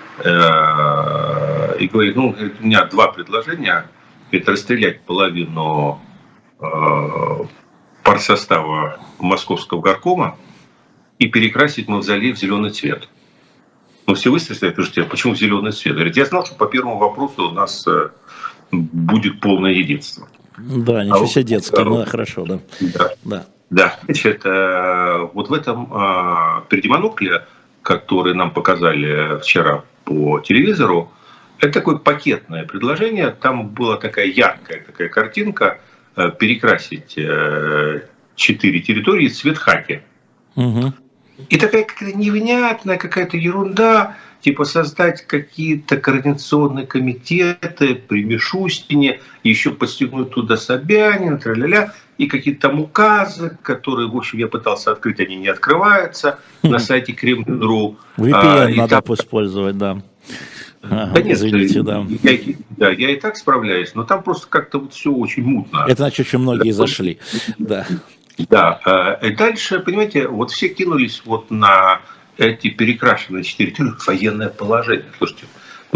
Speaker 2: и говорит, у меня 2 предложения. Это расстрелять половину партсостава Московского горкома и перекрасить мавзолей в зеленый цвет. Все выстрелили, скажите, почему в зеленый цвет? Говорит, я знал, что по первому вопросу у нас будет полное единство.
Speaker 1: Да, ничего себе детское, ну хорошо, да.
Speaker 2: Да, значит, вот в этом передемонокле, который нам показали вчера по телевизору, это такое пакетное предложение. Там была такая яркая картинка, перекрасить 4 территории в цвет хаки. Угу. И такая какая-то невнятная какая-то ерунда, типа создать какие-то координационные комитеты при Мишустине, еще подстегнуть туда Собянина, тра-ля-ля, и какие-то там указы, которые, в общем, я пытался открыть, они не открываются на сайте Кремль.ру.
Speaker 1: VPN надо использовать, да.
Speaker 2: Да нет, извините, я и так справляюсь, но там просто как-то вот все очень мутно.
Speaker 1: Это значит, что многие зашли, да.
Speaker 2: Да, и дальше, понимаете, вот все кинулись вот на эти перекрашенные 4 территории, военное положение. Слушайте,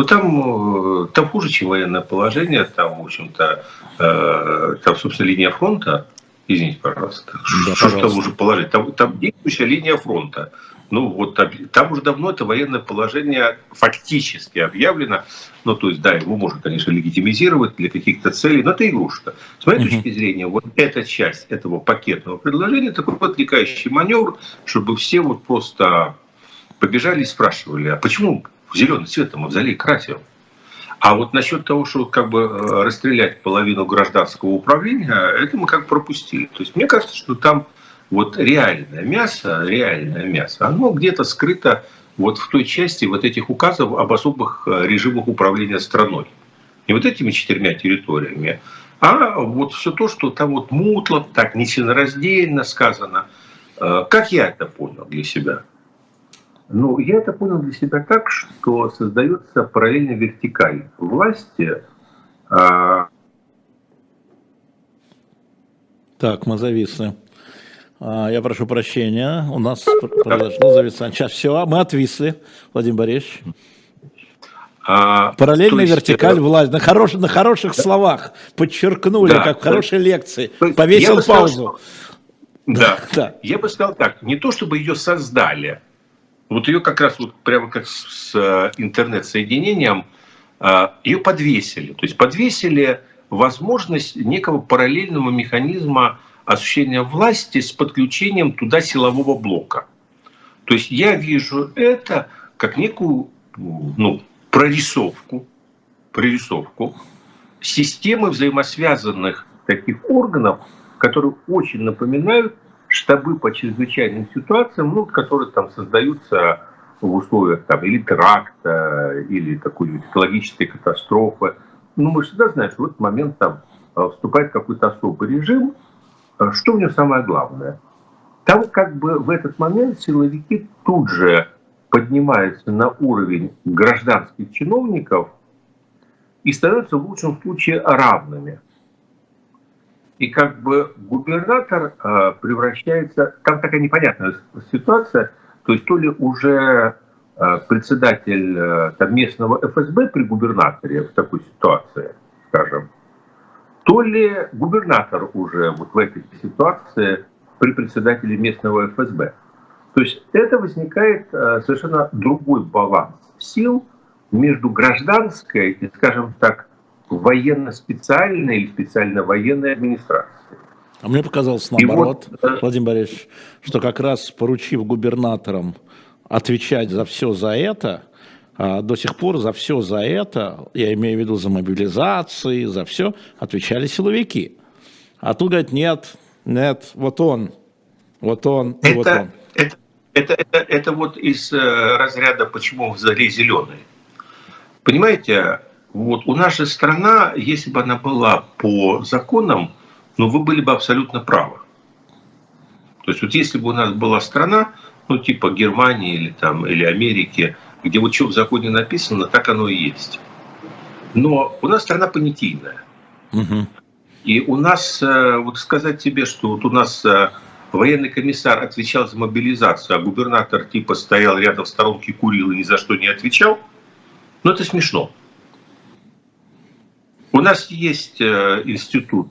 Speaker 2: там хуже, чем военное положение, там, в общем-то, там, собственно, линия фронта, извините, пожалуйста,
Speaker 1: да,
Speaker 2: что там уже положить, там действующая линия фронта. Там уже давно это военное положение фактически объявлено. То есть, да, его можно, конечно, легитимизировать для каких-то целей, но это игрушка. С моей точки зрения, вот эта часть этого пакетного предложения, такой отвлекающий маневр, чтобы все вот просто побежали и спрашивали, а почему зеленый цвет мавзолей красил? А вот насчет того, что как бы расстрелять половину гражданского управления, это мы как бы пропустили. То есть, мне кажется, что там вот реальное мясо, оно где-то скрыто вот в той части вот этих указов об особых режимах управления страной. Не вот этими 4 территориями, а вот все то, что там вот мутло, так нечленораздельно сказано. Как я это понял для себя? Я это понял для себя так, что создается параллельная вертикаль власти.
Speaker 1: Так, мы зависли. Я прошу прощения, у нас произошло зависание. Сейчас все, мы отвисли, Владимир Борисович. Параллельная вертикаль власти. На хороших словах подчеркнули, как в хорошей лекции. Повесил паузу.
Speaker 2: Да. Я бы сказал так, не то чтобы ее создали, вот ее как раз вот прямо как с интернет-соединением, ее подвесили. То есть подвесили возможность некого параллельного механизма осуществления власти с подключением туда силового блока. То есть я вижу это как некую прорисовку системы взаимосвязанных таких органов, которые очень напоминают штабы по чрезвычайным ситуациям, которые там создаются в условиях там, или теракта, или какой-нибудь экологической катастрофы. Мы всегда знаем, что в этот момент там вступает какой-то особый режим. Что в нем самое главное? Там как бы в этот момент силовики тут же поднимаются на уровень гражданских чиновников и становятся в лучшем случае равными. И как бы губернатор превращается... Там такая непонятная ситуация. То есть то ли уже председатель там, местного ФСБ при губернаторе в такой ситуации, скажем, то ли губернатор уже вот в этой ситуации при председателе местного ФСБ. То есть это возникает совершенно другой баланс сил между гражданской и, скажем так, военно-специальной или специально-военной администрацией.
Speaker 1: А мне показалось наоборот, Владимир Борисович, что как раз поручив губернаторам отвечать за все за это, до сих пор за все за это, я имею в виду за мобилизации, за все, отвечали силовики. А тут говорят, нет, вот он, и вот он.
Speaker 2: Это вот из разряда «почему в заре зеленый». Понимаете, вот у нас же страна, если бы она была по законам, ну вы были бы абсолютно правы. То есть вот если бы у нас была страна, ну типа Германии или Америки, где вот что в законе написано, так оно и есть. Но у нас страна понятийная.
Speaker 1: Угу.
Speaker 2: И у нас, вот сказать тебе, что вот у нас военный комиссар отвечал за мобилизацию, а губернатор типа стоял рядом в сторонке, курил и ни за что не отвечал, ну это смешно. У нас есть институт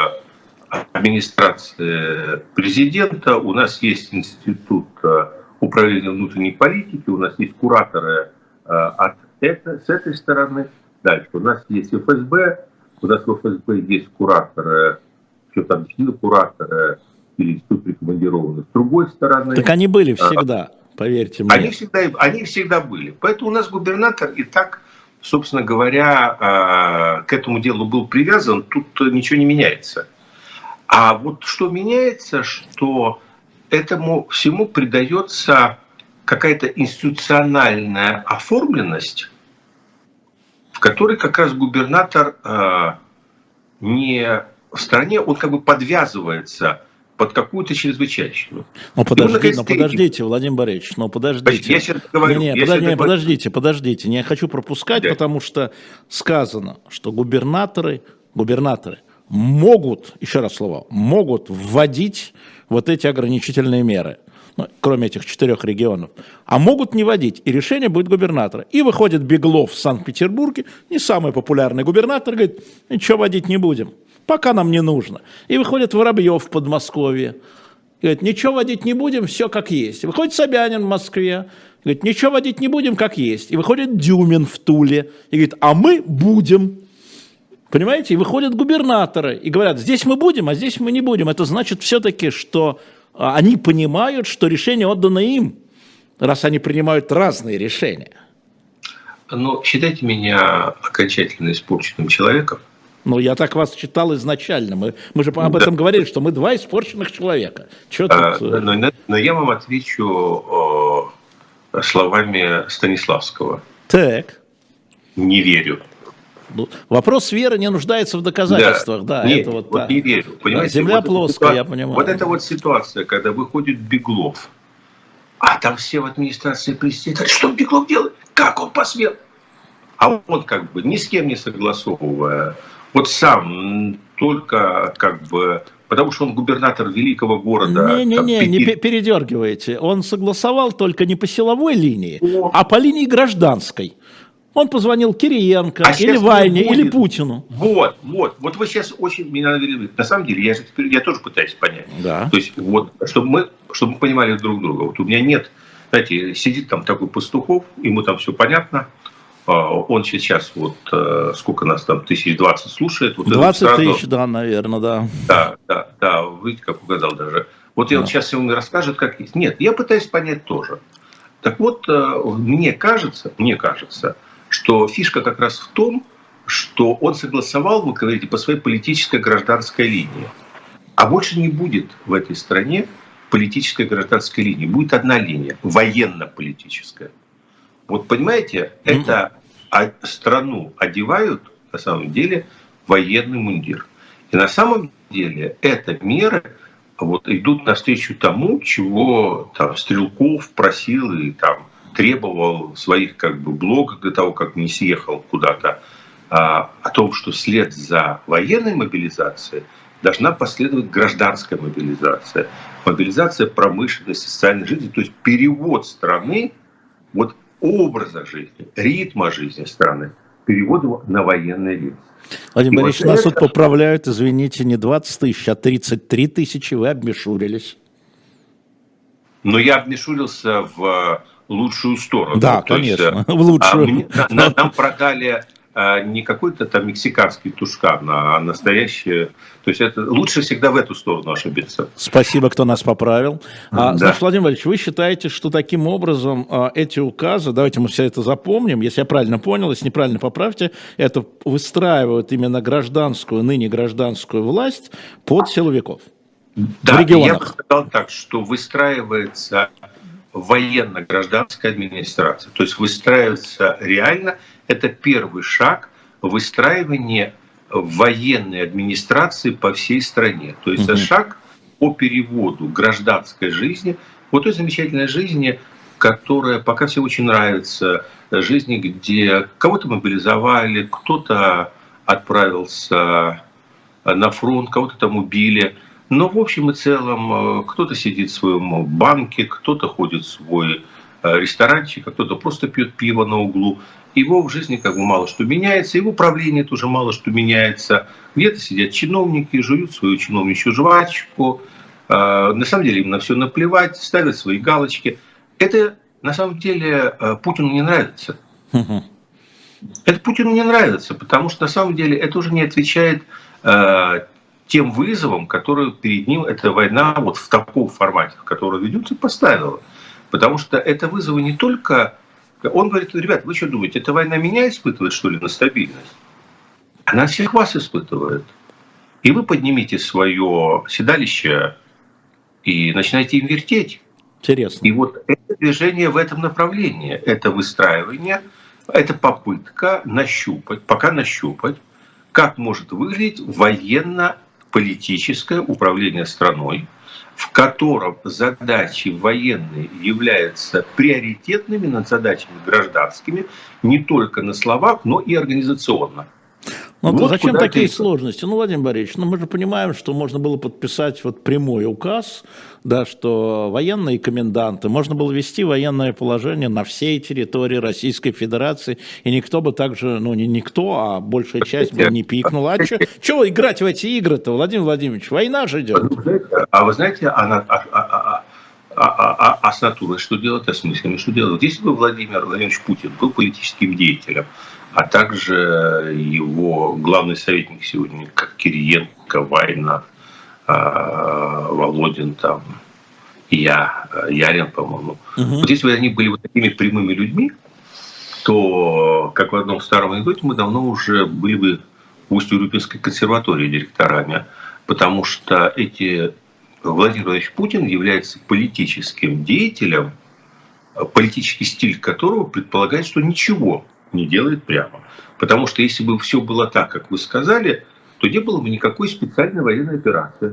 Speaker 2: администрации президента, у нас есть институт управления внутренней политики, у нас есть кураторы с этой стороны. Дальше у нас есть ФСБ, у нас в ФСБ есть кураторы, что там, кураторы или институт прикомандированных с другой стороны.
Speaker 1: Так они были всегда, поверьте мне.
Speaker 2: Они всегда были. Поэтому у нас губернатор и так, собственно говоря, к этому делу был привязан, тут ничего не меняется. А вот что меняется, что этому всему придается какая-то институциональная оформленность, в которой как раз губернатор не в стране, он как бы подвязывается под какую-то чрезвычайщину.
Speaker 1: Но подождите, Владимир Борисович, подождите.
Speaker 2: Я сейчас говорю.
Speaker 1: Подождите, не хочу пропускать, да. Потому что сказано, что губернаторы могут, еще раз слово, могут вводить вот эти ограничительные меры, кроме этих 4 регионов, а могут не вводить, и решение будет губернатора. И выходит Беглов в Санкт-Петербурге, не самый популярный губернатор, говорит, ничего вводить не будем, пока нам не нужно. И выходит Воробьев в Подмосковье, говорит, ничего вводить не будем, все как есть. И выходит Собянин в Москве, говорит, ничего вводить не будем, как есть. И выходит Дюмин в Туле, и говорит, а мы будем. Понимаете, и выходят губернаторы и говорят, здесь мы будем, а здесь мы не будем. Это значит все-таки, что они понимают, что решение отдано им, раз они принимают разные решения.
Speaker 2: Но считайте меня окончательно испорченным человеком.
Speaker 1: Ну, я так вас читал изначально. Мы же об этом говорили, что мы 2 испорченных человека.
Speaker 2: Но я вам отвечу словами Станиславского.
Speaker 1: Так.
Speaker 2: Не верю.
Speaker 1: Вопрос веры не нуждается в доказательствах. Да,
Speaker 2: нет,
Speaker 1: это вот
Speaker 2: не верю. Понимаете,
Speaker 1: земля плоская, я понимаю.
Speaker 2: Вот эта вот ситуация, когда выходит Беглов, а там все в администрации президента, что Беглов делает? Как он посмел? А он как бы ни с кем не согласовывая, вот сам только как бы, потому что он губернатор великого города.
Speaker 1: Не передергивайте. Он согласовал только не по силовой линии, а по линии гражданской. Он позвонил Кириенко, или Вайне, или Путину.
Speaker 2: Вот вы сейчас очень меня навели. На самом деле, я тоже пытаюсь понять.
Speaker 1: Да.
Speaker 2: То есть, вот, чтобы мы понимали друг друга. Вот у меня нет, знаете, сидит там такой Пастухов, ему там все понятно. Он сейчас, вот, сколько нас там, 1020 слушает. Вот
Speaker 1: 20 тысяч, да, наверное, да.
Speaker 2: Да, видите, как угадал даже. Вот он сейчас ему расскажет, как есть. Нет, я пытаюсь понять тоже. Так вот, мне кажется, что фишка как раз в том, что он согласовал, вы говорите, по своей политической гражданской линии. А больше не будет в этой стране политической гражданской линии. Будет одна линия, военно-политическая. Вот понимаете, это страну одевают, на самом деле, в военный мундир. И на самом деле это меры вот, идут навстречу тому, чего там, Стрелков просил и там, требовал в своих как бы, блогах до того, как не съехал куда-то, о том, что вслед за военной мобилизацией должна последовать гражданская мобилизация. Мобилизация промышленности, социальной жизни, то есть перевод страны, вот образа жизни, ритма жизни страны, перевод его на военный ритм.
Speaker 1: Владимир Борисович, нас тут поправляют, извините, не 20 тысяч, а 33 тысячи, вы обмешурились.
Speaker 2: Но я обмешурился в лучшую сторону.
Speaker 1: Да, конечно, в лучшую.
Speaker 2: Нам продали не какой-то там мексиканский тушкан, а настоящий. То есть это лучше всегда в эту сторону ошибиться.
Speaker 1: Спасибо, кто нас поправил. Да. Значит, Владимир Владимирович, вы считаете, что таким образом эти указы, давайте мы все это запомним, если я правильно понял, если неправильно поправьте, это выстраивают именно гражданскую, ныне гражданскую власть под силовиков?
Speaker 2: Да, в регионах. Я бы сказал так, что выстраивается военно-гражданская администрация. То есть выстраивается реально, это первый шаг выстраивания военной администрации по всей стране. То есть это шаг по переводу гражданской жизни, вот той замечательной жизни, которая пока всем очень нравится, жизни, где кого-то мобилизовали, кто-то отправился на фронт, кого-то там убили. Но в общем и целом кто-то сидит в своем банке, кто-то ходит в свой ресторанчик, а кто-то просто пьет пиво на углу. Его в жизни как бы мало что меняется, его правление тоже мало что меняется. Где-то сидят чиновники, жуют свою чиновничью жвачку. На самом деле им на все наплевать, ставят свои галочки. Это на самом деле Путину не нравится. Это Путину не нравится, потому что на самом деле это уже не отвечает тем вызовам, которые перед ним эта война вот в таком формате, в котором ведется, поставила. Потому что это вызовы не только... Он говорит: ребят, вы что думаете, эта война меня испытывает, что ли, на стабильность? Она всех вас испытывает. И вы поднимите свое седалище и начинаете им вертеть.
Speaker 1: Интересно.
Speaker 2: И вот это движение в этом направлении, это выстраивание, это попытка нащупать, пока нащупать, как может выглядеть военно-политическое управление страной, в котором задачи военные являются приоритетными над задачами гражданскими не только на словах, но и организационно.
Speaker 1: Ну, вот зачем такие сложности? Ну, Владимир Борисович, мы же понимаем, что можно было подписать вот прямой указ, да, что военные коменданты, можно было ввести военное положение на всей территории Российской Федерации, и никто бы также, ну, не никто, а большая часть бы не пикнула. А чего играть в эти игры-то, Владимир Владимирович? Война же идет.
Speaker 2: А вы знаете, с натурой что делать, а с мыслями что делать? Если бы Владимир Владимирович Путин был политическим деятелем, а также его главный советник сегодня, как Кириенко, Вайна, Володин, там, Ярин, по-моему. Вот если бы они были вот такими прямыми людьми, то, как в одном старом анекдоте, мы давно уже были бы в Усть-Урюпинской консерватории директорами, потому что Владимир Владимирович Путин является политическим деятелем, политический стиль которого предполагает, что ничего не делает прямо. Потому что если бы все было так, как вы сказали, то не было бы никакой специальной военной операции.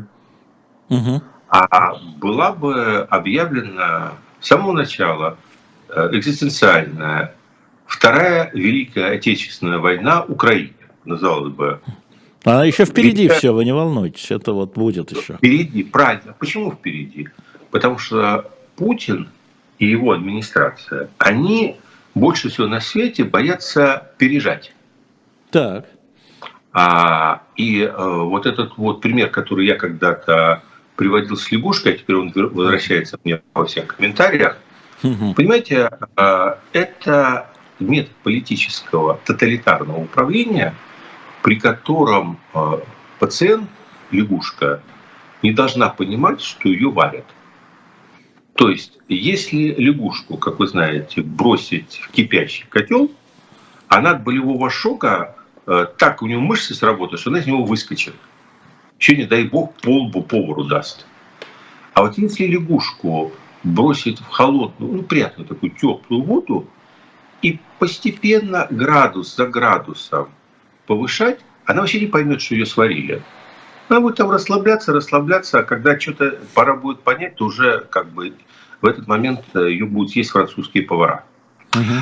Speaker 2: А была бы объявлена с самого начала экзистенциальная Вторая Великая Отечественная война Украине. Называлась бы.
Speaker 1: Она еще впереди все, вы не волнуйтесь, это вот будет еще.
Speaker 2: Впереди, правильно. Почему впереди? Потому что Путин и его администрация, они больше всего на свете боятся пережать.
Speaker 1: Так.
Speaker 2: Вот этот вот пример, который я когда-то приводил с лягушкой, а теперь он возвращается мне во всех комментариях. Понимаете, это метод политического тоталитарного управления, при котором пациент, лягушка, не должна понимать, что ее варят. То есть, если лягушку, как вы знаете, бросить в кипящий котел, она от болевого шока так у нее мышцы сработают, что она из него выскочит. Еще, не дай бог, по лбу повару даст. А вот если лягушку бросить в холодную, приятную такую теплую воду и постепенно градус за градусом повышать, она вообще не поймет, что ее сварили. Она будет там расслабляться, а когда что-то пора будет понять, то уже как бы в этот момент ее будут есть французские повара.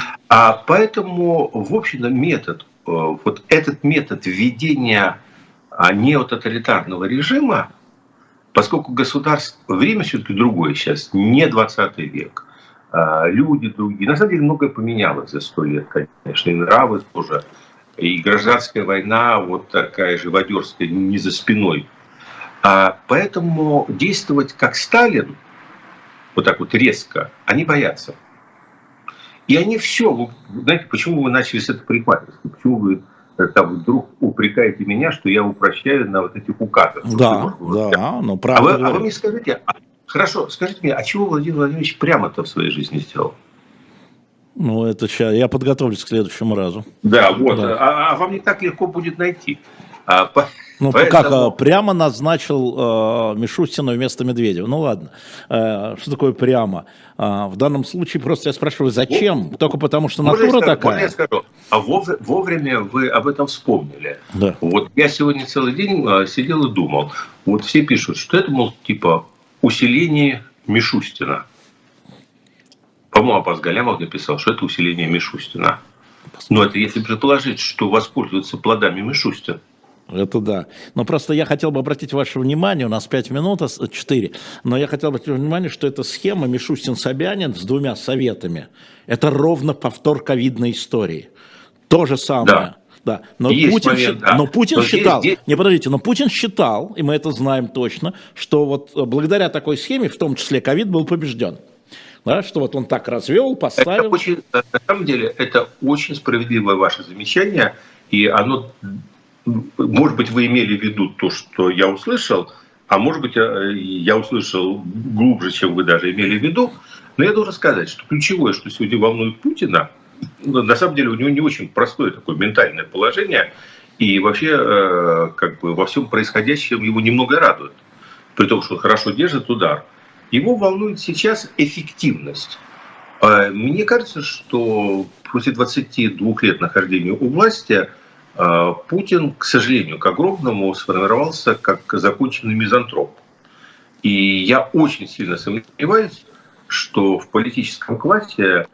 Speaker 2: Поэтому, в общем-то, вот этот метод введения не тоталитарного режима, поскольку время все-таки другое сейчас, не 20 век, люди другие. На самом деле многое поменялось за 100 лет, конечно, и нравы тоже, и гражданская война вот такая живодерская, не за спиной. Поэтому действовать как Сталин, вот так вот резко, они боятся. И они все, знаете, почему вы начали с этого парикмахерства? Почему вы там вдруг упрекаете меня, что я упрощаю на вот этих указах?
Speaker 1: Да, но правда.
Speaker 2: Вы мне скажите, хорошо, скажите мне, а чего Владимир Владимирович прямо-то в своей жизни сделал?
Speaker 1: Ну, это сейчас, я подготовлюсь к следующему разу.
Speaker 2: Да, вот, да. А вам не так легко будет найти.
Speaker 1: Ну, поэтому... как, прямо назначил Мишустина вместо Медведева. Ну, ладно. Что такое прямо? В данном случае просто я спрашиваю, зачем? Только потому, что натура такая?
Speaker 2: Можно я скажу? А вовремя вы об этом вспомнили.
Speaker 1: Да.
Speaker 2: Вот я сегодня целый день сидел и думал. Вот все пишут, что это, мол, типа усиление Мишустина. По-моему, Аббас Галямов написал, что это усиление Мишустина. Но это если предположить, что воспользуются плодами Мишустин.
Speaker 1: Это да. Но просто я хотел бы обратить ваше внимание, у нас 5 минут, 4, но я хотел бы обратить внимание, что эта схема Мишустин-Собянин с 2 советами, это ровно повтор ковидной истории. То же самое. Да. Но Путин считал, не подождите, но Путин считал, и мы это знаем точно, что вот благодаря такой схеме, в том числе ковид, был побежден. Да, что вот он так развел, поставил.
Speaker 2: На самом деле, это очень справедливое ваше замечание, и оно... Может быть, вы имели в виду то, что я услышал, а может быть, я услышал глубже, чем вы даже имели в виду. Но я должен сказать, что ключевое, что сегодня волнует Путина, на самом деле у него не очень простое такое ментальное положение, и вообще как бы во всем происходящем его немного радует, при том, что он хорошо держит удар. Его волнует сейчас эффективность. Мне кажется, что после 22 лет нахождения у власти Путин, к сожалению, к огромному, сформировался как законченный мизантроп. И я очень сильно сомневаюсь, что в политическом классе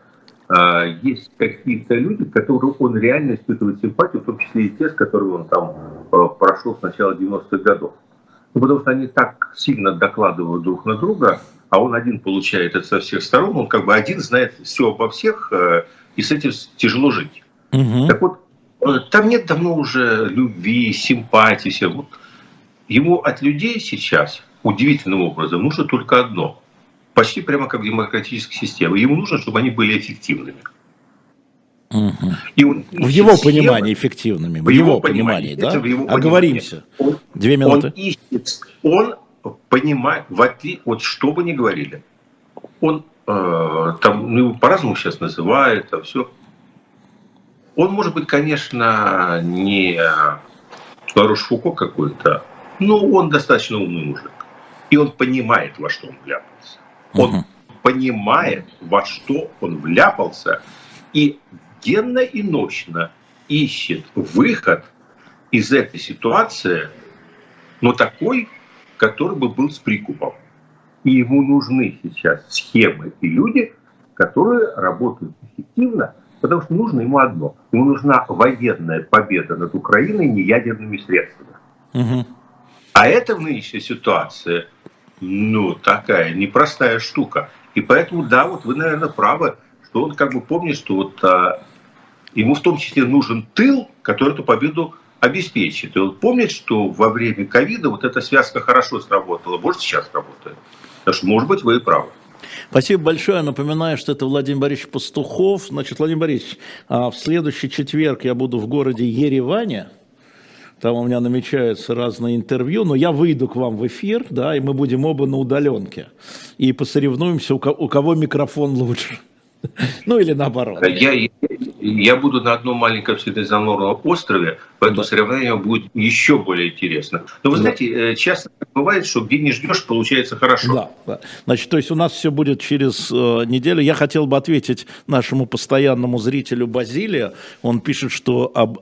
Speaker 2: есть какие-то люди, к которым он реально испытывает симпатию, в том числе и те, с которыми он там прошел с начала 90-х годов. Ну, потому что они так сильно докладывают друг на друга, а он один получает это со всех сторон, он как бы один знает все обо всех, и с этим тяжело жить. Так вот, там нет давно уже любви, симпатии. Вот. Ему от людей сейчас удивительным образом нужно только одно. Почти прямо как в демократической системе. Ему нужно, чтобы они были эффективными.
Speaker 1: И в его понимании эффективными. В его понимании, да? Оговоримся. 2 минуты.
Speaker 2: Он понимает, вот что бы ни говорили. Он там, его по-разному сейчас называют, там все. Он может быть, конечно, не Ларош Фуко какой-то, но он достаточно умный мужик. И он понимает, во что он вляпался. Он понимает, во что он вляпался, и денно и ночно ищет выход из этой ситуации, но такой, который бы был с прикупом. И ему нужны сейчас схемы и люди, которые работают эффективно, потому что нужно ему одно. Ему нужна военная победа над Украиной неядерными средствами. А это в нынешней ситуации, такая непростая штука. И поэтому, да, вот вы, наверное, правы, что он как бы помнит, что вот ему в том числе нужен тыл, который эту победу обеспечит. И он помнит, что во время ковида вот эта связка хорошо сработала, может, сейчас работает. Потому что, может быть, вы и правы.
Speaker 1: Спасибо большое. Напоминаю, что это Владимир Борисович Пастухов. Значит, Владимир Борисович, в следующий четверг я буду в городе Ереване. Там у меня намечаются разные интервью, но я выйду к вам в эфир, да, и мы будем оба на удаленке. И посоревнуемся, у кого микрофон лучше. Ну или наоборот.
Speaker 2: Я буду на одном маленьком Средиземноморском острове, поэтому соревнование будет еще более интересно. Но вы знаете, часто бывает, что где не ждешь, получается хорошо.
Speaker 1: Да, да. Значит, то есть у нас все будет через неделю. Я хотел бы ответить нашему постоянному зрителю Базилия. Он пишет, что об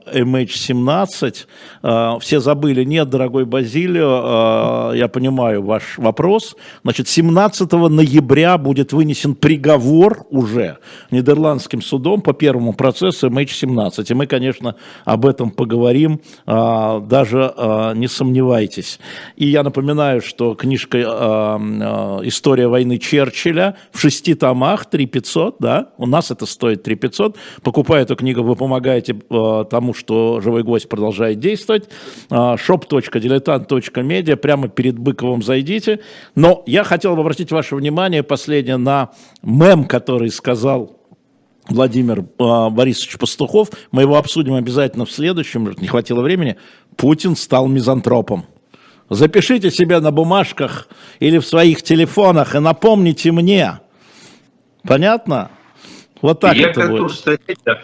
Speaker 1: MH17 все забыли. Нет, дорогой Базилио, я понимаю ваш вопрос. Значит, 17 ноября будет вынесен приговор уже нидерландским судом по первому процессу MH17. И мы, конечно, об этом поговорим, даже не сомневайтесь. И я напоминаю, что книжка «История войны Черчилля» в 6 томах, 3500, да, у нас это стоит 3500. Покупая эту книгу, вы помогаете тому, что «Живой гвоздь» продолжает действовать. shop.diletant.media, прямо перед Быковым зайдите. Но я хотел бы обратить ваше внимание последнее на мем, который сказал Владимир Борисович Пастухов. Мы его обсудим обязательно в следующем, не хватило времени. Путин стал мизантропом. Запишите себе на бумажках или в своих телефонах и напомните мне. Понятно? Вот так
Speaker 2: я
Speaker 1: это будет.
Speaker 2: Стоять,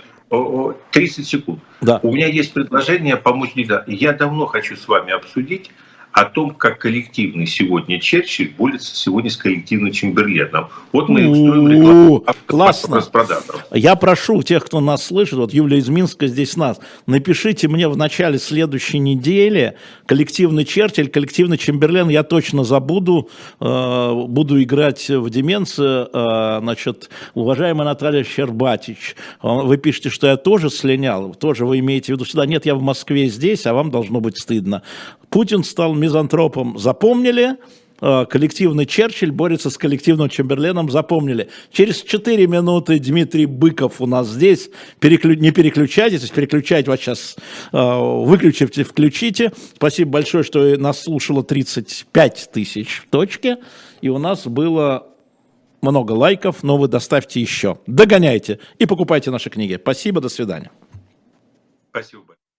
Speaker 2: 30 секунд.
Speaker 1: Да.
Speaker 2: У меня есть предложение помочь. Я давно хочу с вами обсудить о том, как коллективный сегодня Черчилль борется сегодня с коллективным Чемберленом. Вот мы устроим рекламу.
Speaker 1: Классно. Я прошу тех, кто нас слышит, вот Юлия из Минска здесь нас, напишите мне в начале следующей недели коллективный Черчилль, коллективный Чемберлен, я точно забуду, буду играть в деменцию. Значит, уважаемая Наталья Щербатич, вы пишете, что я тоже слинял, тоже вы имеете в виду сюда. Нет, я в Москве здесь, а вам должно быть стыдно. Путин стал мизантропом, запомнили. Коллективный Черчилль борется с коллективным Чемберленом, запомнили. Через 4 минуты Дмитрий Быков у нас здесь. Не переключайтесь, то есть переключать вас сейчас выключите, включите. Спасибо большое, что нас слушало 35 тысяч в точке. И у нас было много лайков, но вы доставьте еще. Догоняйте и покупайте наши книги. Спасибо, до свидания.
Speaker 2: Спасибо.